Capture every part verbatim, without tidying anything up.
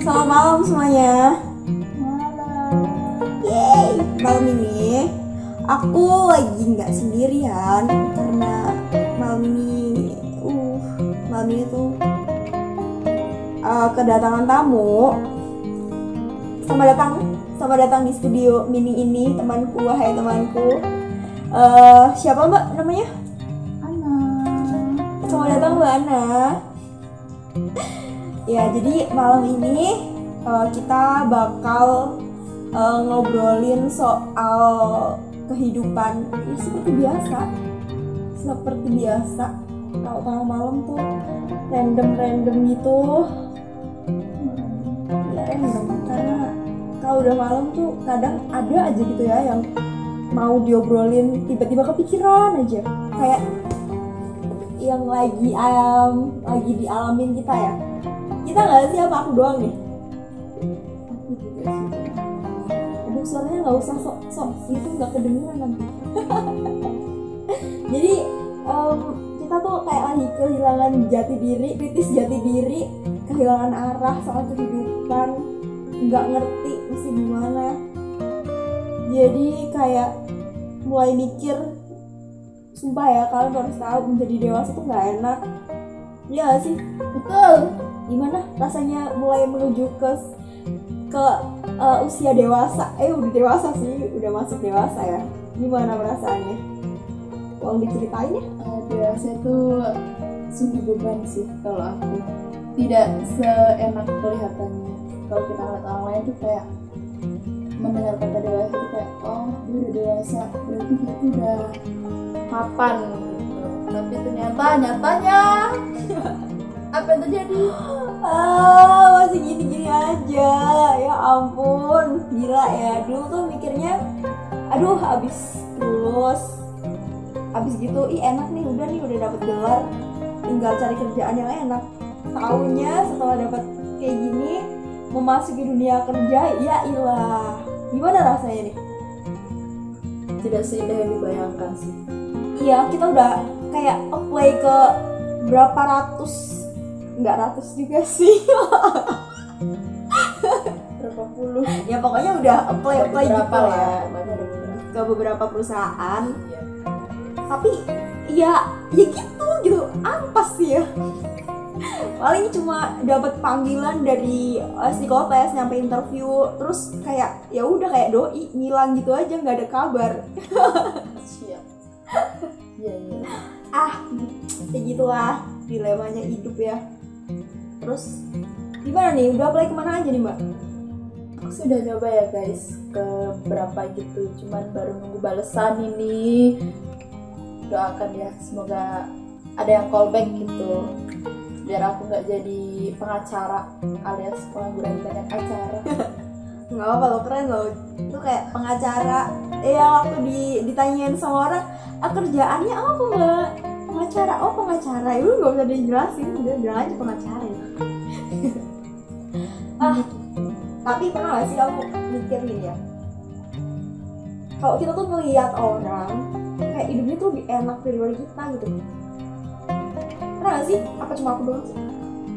Selamat malam semuanya. Malam. Yeay, malam ini aku lagi nggak sendirian karena malam ini, uh, malam ini tuh uh, kedatangan tamu. Selamat datang, selamat datang di studio mini ini, temanku, wahai temanku. Uh, siapa Mbak namanya? Ana. Selamat datang Mbak Ana. Ya, jadi malam ini uh, kita bakal uh, ngobrolin soal kehidupan ya, seperti biasa. Seperti biasa. Kalau tengah malam tuh random-random gitu. Ya random, karena kalau udah malam tuh kadang ada aja gitu ya yang mau diobrolin, tiba-tiba kepikiran aja. Kayak yang lagi um, lagi dialamin kita ya. Kita nggak sih, apa aku doang nih? Aku juga sih. Aduh, suaranya nggak usah sok sok itu, nggak kedengeran nanti. Jadi um, kita tuh kayak lagi kehilangan jati diri, kritis jati diri, kehilangan arah soal kehidupan, nggak ngerti mesti gimana. Jadi kayak mulai mikir, sumpah ya, kalian harus tahu menjadi dewasa tuh nggak enak. Iya gak sih? Betul. Gimana rasanya mulai menuju ke ke uh, usia dewasa? Eh udah dewasa sih, udah masuk dewasa ya. Gimana perasaannya? Tolong diceritain ya. Uh, dewasa itu sungguh beban sih kalau aku. Tidak seenak kelihatannya. Kalau kita ngeliat orang lain tuh kayak mendengar kata dewasa itu kayak, oh dia udah dewasa, berarti dia tuh udah mapan gitu. Tapi ternyata nyatanya apa yang terjadi? Ah, masih gini-gini aja. Ya ampun, gila ya. Dulu tuh mikirnya, aduh abis lulus, abis gitu, ih enak nih, udah nih udah dapet gelar, tinggal cari kerjaan yang enak. Taunya setelah dapet kayak gini, memasuki dunia kerja, ya ilah. Gimana rasanya nih? Tidak seindah yang dibayangkan sih. Iya, kita udah kayak apply ke berapa ratus, nggak ratus juga sih. Berapa puluh? Ya pokoknya udah apply apply gitu lah ya ke beberapa perusahaan. Iya. Tapi ya ya gitu gitu ampas sih ya. Paling cuma dapat panggilan dari uh, psikotes, nyampe interview, terus kayak ya udah kayak doi ngilang gitu aja, nggak ada kabar. Siap. Iya iya. Ah, kayak gitulah dilemanya hidup ya. Terus gimana nih? Udah apply kemana aja nih Mbak? Aku sudah nyoba ya guys ke berapa gitu, cuman baru nunggu balesan ini. Doakan ya, semoga ada yang callback gitu, biar aku nggak jadi pengacara alias pengangguran banyak acara. Nggak apa lo, keren lo. Itu kayak pengacara. Eh yang waktu di, ditanyain sama orang, ah, kerjaannya apa Mbak? Pengacara. Oh pengacara. Itu nggak usah dijelasin, udah bilang aja pengacara ya. Ah, tapi pernah nggak sih kamu mikir gini ya? Kalau kita tuh ngeliat orang kayak hidupnya tuh lebih enak daripada kita gitu. Pernah nggak sih? Apa cuma aku doang sih?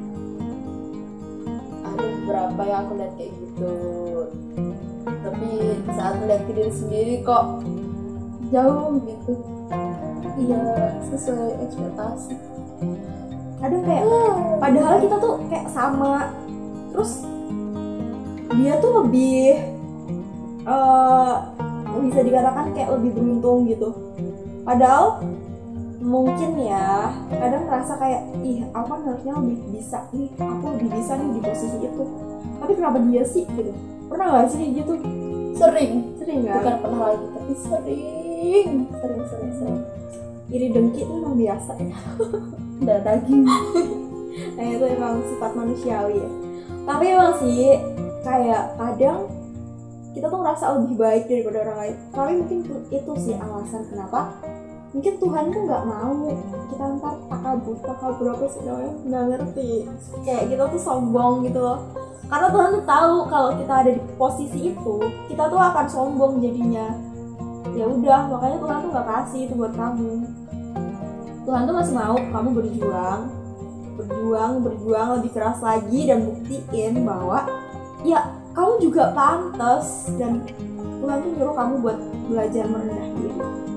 Ada beberapa yang aku lihat kayak gitu, tapi saat melihat ke diri sendiri kok jauh gitu. Iya, sesuai ekspektasi. Kadang kayak padahal kita tuh kayak sama, terus dia tuh lebih uh, bisa dikatakan kayak lebih beruntung gitu. Padahal mungkin ya kadang ngerasa kayak ih aku kan harusnya lebih bisa nih, aku lebih bisa nih di posisi itu, tapi kenapa dia sih gitu. Pernah nggak sih kayak gitu? Sering, Sering kan? bukan pernah lagi, tapi sering, sering, sering, sering. Iri dengki itu emang biasa ya. Darah daging. Nah itu emang sifat manusiawi ya. Tapi emang sih kayak kadang kita tuh ngerasa lebih baik daripada orang lain. Tapi mungkin itu sih alasan kenapa mungkin Tuhan tuh nggak mau kita ntar takabur takabur apa sih namanya, nggak ngerti, kayak kita tuh sombong gitu loh. Karena Tuhan tuh tahu kalau kita ada di posisi itu, kita tuh akan sombong jadinya. Ya udah, makanya Tuhan tuh nggak kasih itu buat kamu. Tuhan tuh masih mau kamu berjuang, berjuang berjuang lebih keras lagi dan buktiin bahwa ya kamu juga pantas dan Tuhan tuh nyuruh kamu buat belajar merendah diri.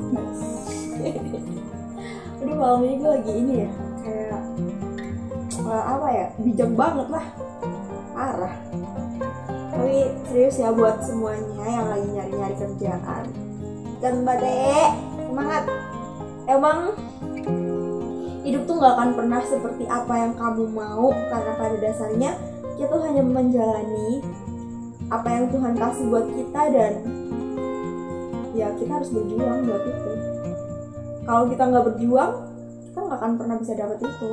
Aduh malam ini gue lagi ini ya kayak uh, apa ya bijak banget lah, parah. Tapi serius ya buat semuanya yang lagi nyari-nyari kerjaan dan Mbak Dek, semangat. Emang hidup tuh gak akan pernah seperti apa yang kamu mau, karena pada dasarnya kita tuh hanya menjalani apa yang Tuhan kasih buat kita dan ya kita harus berjuang buat itu. Kalau kita gak berjuang, kita gak akan pernah bisa dapet itu.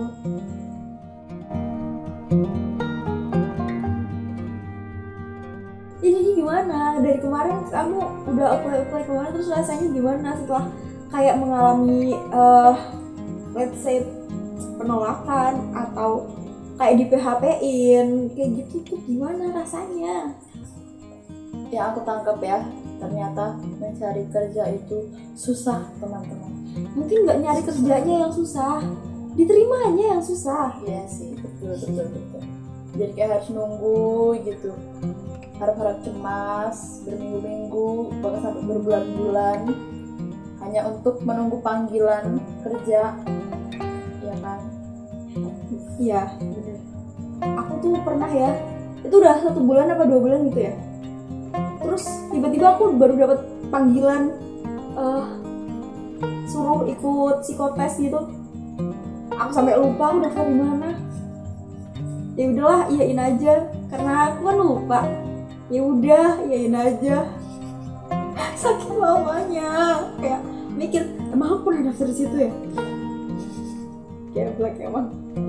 Jadi gimana? Dari kemarin kamu udah apply-apply kemana, terus rasanya gimana setelah kayak mengalami uh, let's say penolakan atau kayak di P H P-in kayak gitu tuh gimana rasanya? Yang aku tangkap ya, ternyata mencari kerja itu susah teman-teman. Mungkin nggak nyari kerjanya yang susah, diterimanya yang susah. Iya sih, betul betul betul. Jadi kayak harus nunggu gitu, harap-harap cemas berminggu-minggu bahkan sampai berbulan-bulan hanya untuk menunggu panggilan kerja, ya kan? Iya bener. Aku tuh pernah ya, itu udah satu bulan apa dua bulan gitu ya. Terus tiba-tiba aku baru dapat panggilan uh, suruh ikut psikotes gitu. Aku sampai lupa aku daftar di mana. Ya udahlah, iyain aja karena aku kan lupa. Ya udah, iyain aja. Sakit lamanya, kayak mikir emang aku pernah daftar di situ ya. Kayak black emang.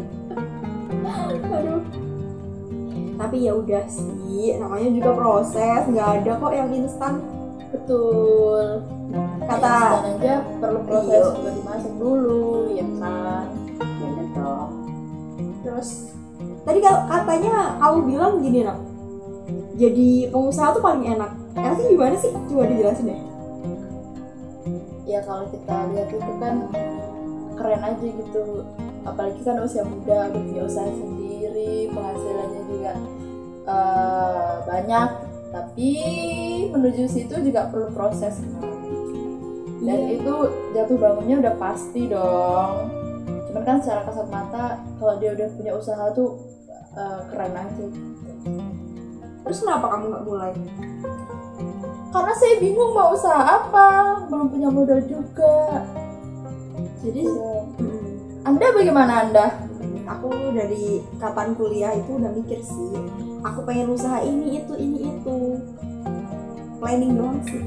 Aduh. Tapi ya udah sih, namanya juga proses, nggak ada kok yang instan. Betul. Kata instan aja perlu proses juga dimasak dulu, ya kan? Bener dong. Terus tadi katanya kamu bilang gini nak, jadi pengusaha tuh paling enak. Enaknya gimana sih? Coba dijelasin deh. Ya kalau kita lihat itu kan keren aja gitu, apalagi kan usia muda, punya usaha sendiri, penghasilannya juga uh, banyak, tapi menuju situ juga perlu proses kan? Dan yeah. Itu jatuh bangunnya udah pasti dong. Cuman kan secara kasat mata kalau dia udah punya usaha tuh uh, keren aja gitu. Terus kenapa kamu nggak mulai? Karena saya bingung mau usaha apa, belum punya modal juga. Jadi so, hmm. Anda bagaimana Anda? Aku dari kapan kuliah itu udah mikir sih, aku pengen usaha ini itu ini itu, planning doang sih.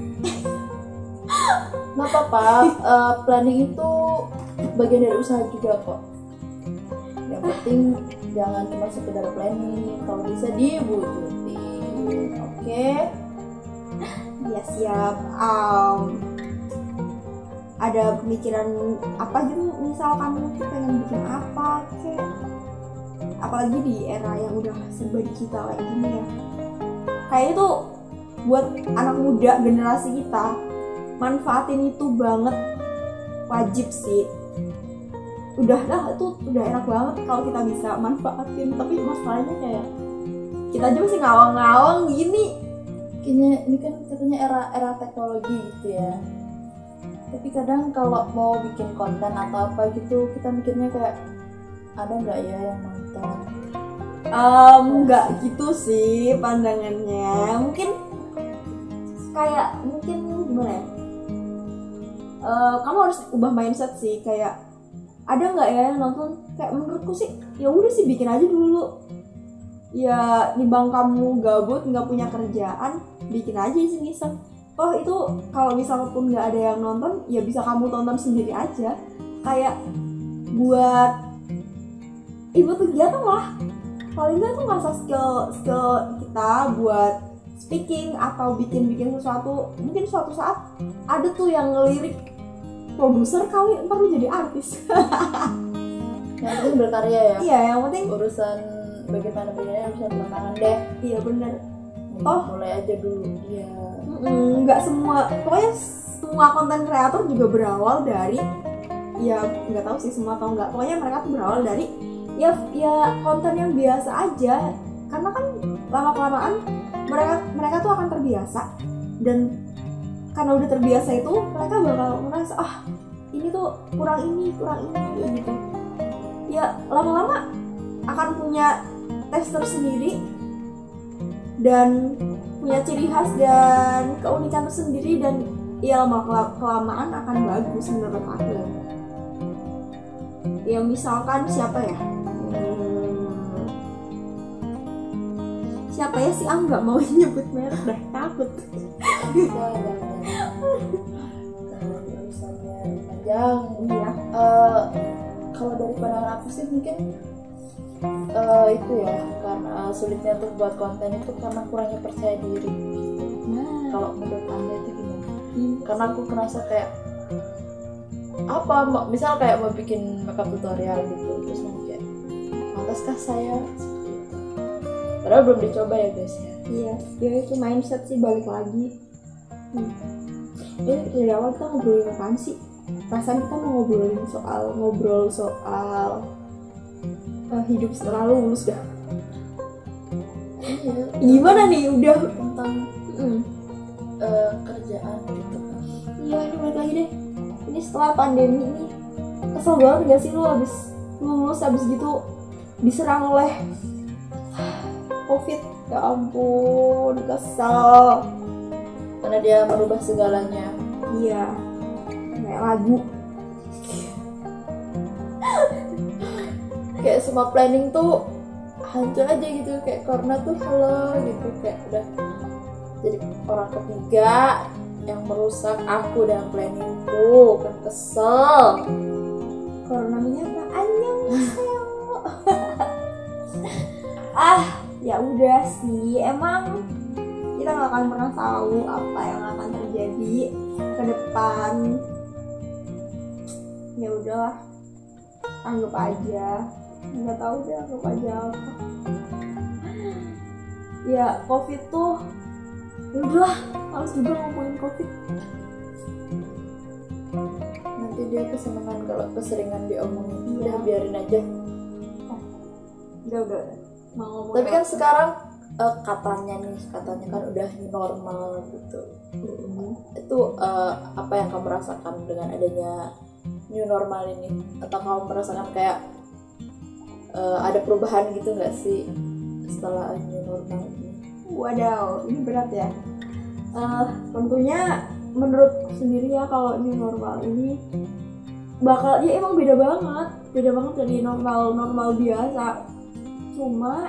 Nggak apa-apa, uh, planning itu bagian dari usaha juga kok. Yang penting jangan cuma sekedar planning, kalau bisa diwujudin, oke? Okay? Ya siap. Um, ada pemikiran apa gitu, misal kamu pengen bikin apa kayak, apalagi di era yang udah serba digital kayak gini ya, kayak itu buat anak muda generasi kita manfaatin itu banget, wajib sih. Udah dah itu udah enak banget kalau kita bisa manfaatin, tapi masalahnya kayak kita aja masih ngawang-ngawang gini. Kayaknya ini kan katanya era era teknologi gitu ya. Tapi kadang kalau mau bikin konten atau apa gitu, kita mikirnya kayak ada nggak ya yang nonton? Um, nggak gitu sih pandangannya. Mungkin kayak mungkin gimana ya? Uh, kamu harus ubah mindset sih, kayak ada nggak ya yang nonton? Kayak menurutku sih ya udah sih bikin aja dulu. Ya nimbang kamu gabut nggak punya kerjaan, bikin aja iseng-iseng. Oh itu kalau misalnya pun nggak ada yang nonton, ya bisa kamu tonton sendiri aja. Kayak buat ibu kegiatan lah. Paling nggak tuh ngasah skill skill kita buat speaking atau bikin-bikin sesuatu. Mungkin suatu saat ada tuh yang ngelirik produser kali ntar lu jadi artis. Yang penting berkarya ya. Iya, yang penting urusan bagaimana bedanya urusan belakangan deh. Iya benar. Oh mulai aja dulu. Iya. Nggak semua, pokoknya semua konten kreator juga berawal dari, ya nggak tahu sih semua atau nggak. Pokoknya mereka tuh berawal dari ya ya konten yang biasa aja, karena kan lama kelamaan mereka mereka tuh akan terbiasa, dan karena udah terbiasa itu mereka bakal merasa ah ini tuh kurang ini kurang ini gitu ya, lama-lama akan punya taste tersendiri dan punya ciri khas dan keunikan tersendiri, dan ya lama kelamaan akan bagus menurut aku. Ya misalkan siapa ya hmm, siapa ya sih, ah nggak mau nyebut merek dah, takut. Urusannya panjang. Iya. Uh, kalau dari pandangan aku sih mungkin uh, itu ya, karena sulitnya untuk buat konten itu karena kurangnya percaya diri. Nah. Kalau menurut anda itu gimana? Hmm. Karena aku ngerasa kayak apa, misal kayak mau bikin makeup tutorial gitu, terus nanti kayak pantaskah saya seperti itu? Padahal belum dicoba ya guys ya. Iya, ya itu mindset sih, balik lagi. Hmm. Jadi dari awal kita ngobrolin apaan sih? Perasaan kita mau ngobrolin soal ngobrol soal uh, hidup setelah lulus dah. Iya. Gimana nih udah tentang hmm. uh, kerjaan gitu kan. Iya, ini balik lagi deh. Ini setelah pandemi ini kesel banget gak sih lu abis lulus abis gitu diserang oleh COVID? Ya ampun, kesel. Karena dia merubah segalanya. Iya, kayak lagu. Kayak semua planning tuh hancur aja gitu, kayak corona tuh halo gitu, kayak udah jadi orang ketiga yang merusak aku dan planningku, kan kesel. Corona menyapa anyang ah, ya udah sih, emang kita nggak akan pernah tahu apa yang akan terjadi ke depan. Ya udahlah, anggap aja nggak tahu deh, anggap aja apa. Ya COVID tuh, ya udahlah, harus juga ngomongin COVID. Nanti dia kesenangan kalau keseringan diomongin. Iya. Udah biarin aja. Udah udah, udah. Mau ngomong Tapi kan sekarang uh, katanya nih, katanya kan udah new normal gitu. mm-hmm. Itu uh, apa yang kamu rasakan dengan adanya new normal ini? Atau kamu merasakan kayak uh, ada perubahan gitu nggak sih setelah new normal ini? Wadaw, ini berat ya. Uh, tentunya menurut sendiri ya, kalau new normal ini bakal ya emang beda banget, beda banget dari normal normal biasa. Cuma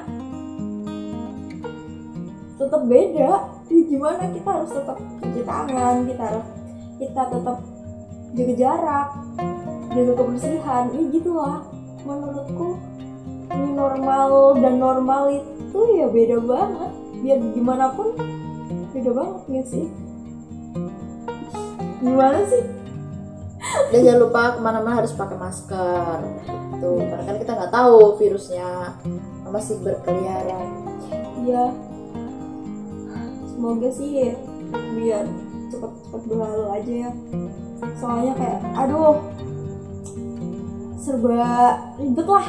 tetap beda. Jadi gimana, kita harus tetap cuci tangan, kita harus kita tetap jaga jarak, jaga kebersihan. Ya gitulah. Menurutku new normal dan normal itu ya beda banget. Biar gimana pun beda banget ya sih. Gimana sih? Dan jangan lupa kemana-mana harus pakai masker gitu, karena kan kita nggak tahu virusnya masih berkeliaran. Iya, semoga sih biar cepet-cepet berlalu aja ya. Soalnya kayak aduh, serba ribet lah.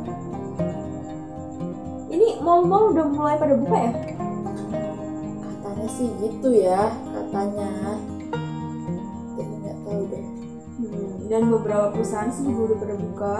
Ini mal-mal udah mulai pada buka ya? Katanya sih gitu ya, katanya. Jadi nggak tahu deh. Hmm, dan beberapa perusahaan sih juga udah pada buka.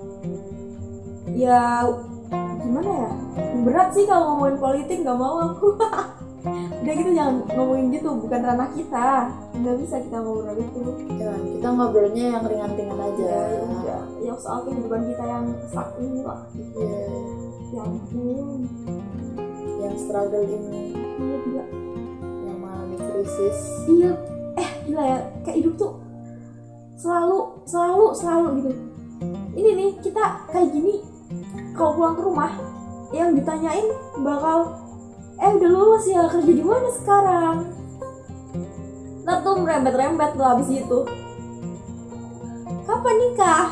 Ya gimana ya? Berat sih kalau ngomongin politik, nggak mau aku. Udah gitu jangan ngomongin gitu, bukan ranah kita. Nggak bisa kita ngobrol itu. Ya, kita ngobrolnya yang ringan-ringan aja. Ya, ya, yang soal kehidupan kita yang saat ini lah. Iya. Ya ampun. Yang struggle ini, Iya gila. yang mengalami krisis. Iya. Eh gila ya, kayak hidup tuh selalu, selalu, selalu gitu. Ini nih kita kayak gini, kalau pulang ke rumah yang ditanyain bakal eh udah lulus ya, kerja di mana sekarang? Ntar tuh merembet-rembet tuh habis itu. Kapan nikah?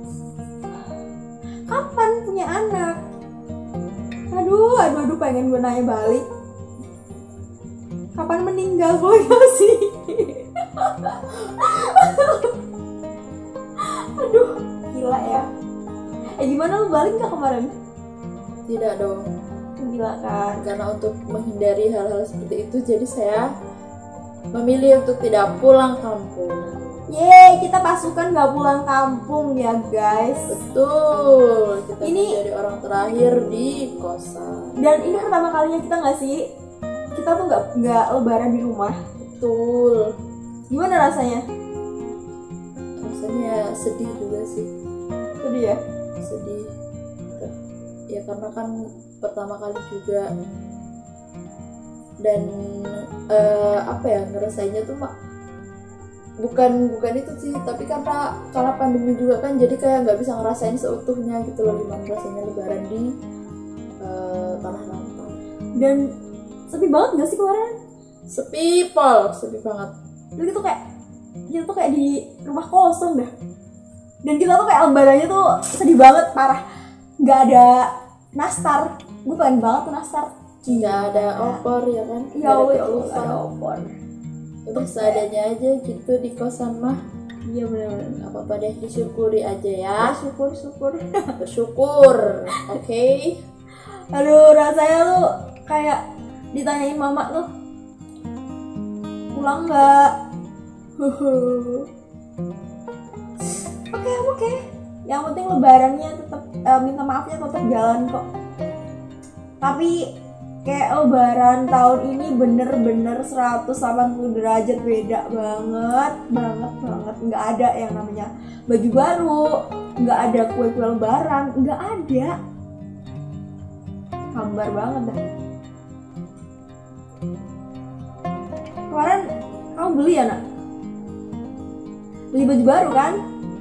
Kapan punya anak? Aduh, aduh, aduh, pengen gue nanya balik. Kapan meninggal gue gak sih? Aduh, gila ya. Eh gimana lu balik nggak kemarin? Tidak dong, Gila kan. karena untuk menghindari hal-hal seperti itu jadi saya memilih untuk tidak pulang kampung. Yeay, kita pasukan nggak pulang kampung ya guys. Betul, kita Ini- menjadi orang terakhir di kosan. Dan ini pertama kalinya kita nggak sih? Kita tuh nggak nggak lebaran di rumah. Betul, Gimana rasanya? rasanya sedih juga sih, Sedih ya? sedih. Ya karena kan pertama kali juga, dan eh, apa ya, ngerasainnya tuh mak bukan bukan itu sih, tapi karena karena pandemi juga kan, jadi kayak nggak bisa ngerasain seutuhnya gitu loh gimana rasanya lebaran di eh, tanah rantau. Dan sepi banget nggak sih kemarin? Sepi pol, sepi banget. Jadi kita kayak kita tuh kayak di rumah kosong dah. Dan kita tuh kayak lebarannya tuh sedih banget, parah. Nggak ada nastar. Gue pengen banget tuh nastar. Nggak ada opor ya kan, Ya nggak ada Allah, ketupat. ada opor. Udah seadanya aja gitu di kosan mah. Iya benar-benar. Nggak apa-apa deh, disyukuri aja ya. Syukur syukur. Bersyukur, oke. Aduh, rasanya tuh kayak ditanyain mama tuh, pulang nggak? Oke oke. Yang penting lebarannya tetap eh, minta maafnya tetap jalan kok. Tapi kayak lebaran tahun ini bener-bener seratus delapan puluh derajat beda banget, banget banget. Nggak ada yang namanya baju baru, nggak ada kue-kue lebaran, nggak ada. Hambar banget dah. Kemarin kamu beli ya nak? Beli baju baru kan?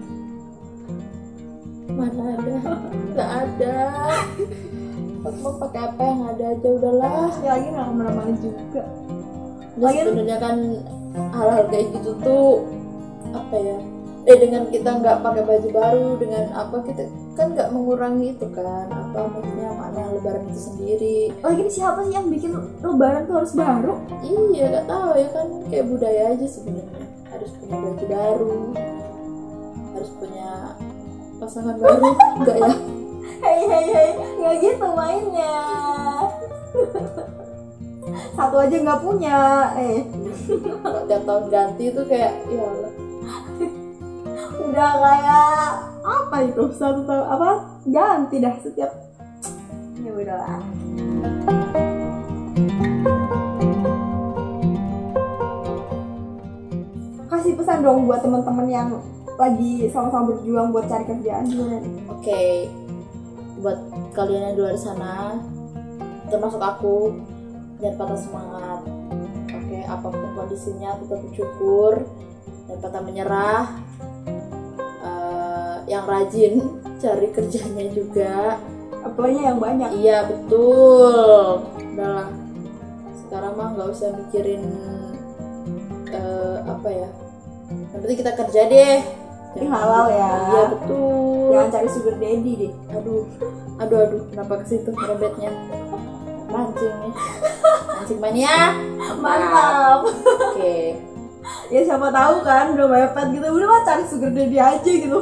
Mana ada, nggak ada. Pas mau pakai apa yang ada aja udahlah. Ya lagi nggak kemana-mana juga. Nah, Lagian- sebenarnya kan hal-hal kayak gitu tuh apa ya? Eh dengan kita nggak pakai baju baru, dengan apa kita kan nggak mengurangi itu kan? Apa maksudnya makna lebaran itu sendiri? Lagi siapa sih yang bikin lebaran tuh harus baru? Iya nggak tahu ya kan, kayak budaya aja sebenarnya. Harus punya baju baru, harus punya pasangan baru, enggak ya? Hei hei hei, nggak gitu mainnya. Satu aja nggak punya. Eh, Gak tahun ganti itu kayak ya Allah. udah kayak apa itu satu tahun apa ganti dah setiap. Ya udahlah. Kasih pesan dong buat teman-teman yang lagi sama-sama berjuang buat cari kerjaan gimana nih? Oke, buat kalian yang di luar sana, termasuk aku, jangan patah semangat. Oke, apapun kondisinya tetap bersyukur dan patah menyerah. Eh, yang rajin cari kerjanya juga. Apply-nya yang banyak. Iya betul. Udahlah, sekarang mah nggak usah mikirin eh, apa ya. Yang penting kita kerja deh. Yang halal ya. Iya betul. Jangan cari sugar daddy deh. Aduh, aduh, aduh, kenapa ke situ merebetnya? Mancing nih, mancing mania. Mantap. Oke, Ya siapa tahu kan udah mepet gitu, udah lah cari sugar daddy aja gitu.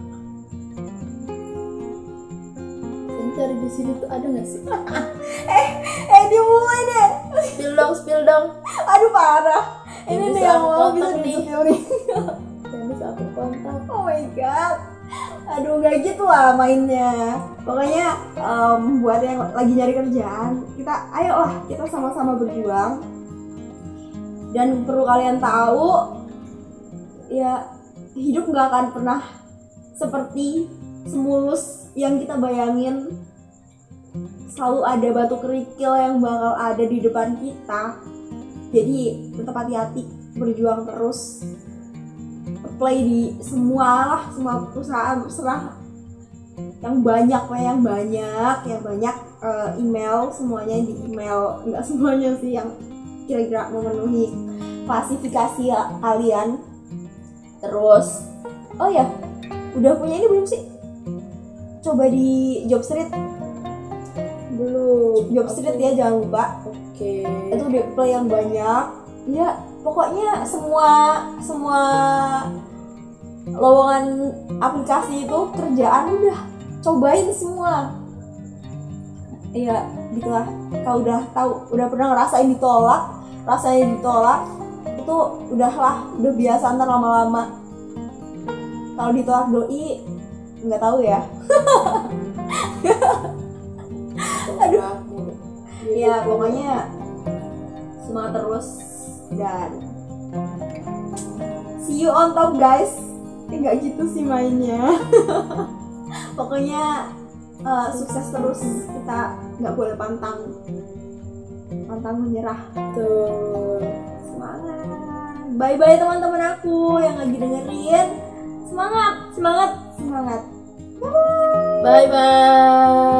yang cari di sini tuh ada nggak sih? Eh dia mulai deh. Spill dong, spill dong. Aduh parah. Ini Bisa nih yang mau kontak bisa nih. di-spill nih. Yang bisa aku kontak. Oh my god. Aduh gak gitu lah mainnya. Pokoknya em, buat yang lagi nyari kerjaan, kita ayolah kita sama-sama berjuang. Dan perlu kalian tahu, ya hidup nggak akan pernah seperti semulus yang kita bayangin. Selalu ada batu kerikil yang bakal ada di depan kita. Jadi tetap hati-hati, berjuang terus. Apply di semua lah, semua perusahaan terserah. Yang banyak, lah yang banyak, yang banyak eh, email, semuanya di email. Nggak semuanya sih yang kira-kira memenuhi klasifikasi kalian. Terus, oh ya, udah punya ini belum sih? Coba di Jobstreet, Belum. Jobstreet ya jangan lupa. Oke. Itu di apply yang banyak. Ya, pokoknya semua semua lowongan aplikasi itu kerjaan udah cobain semua. Iya, gitulah. Kau udah tahu, udah pernah ngerasain ditolak, rasanya ditolak, itu udahlah, udah biasa ntar lama-lama. Kalau ditolak doi, nggak tahu ya. Aduh. Ya pokoknya semangat terus dan see you on top guys. Eh nggak gitu sih mainnya. Pokoknya uh, sukses terus, kita nggak boleh pantang pantang menyerah. Tuh, semangat. Bye bye teman-teman aku yang lagi dengerin. Semangat, semangat, semangat. Bye bye.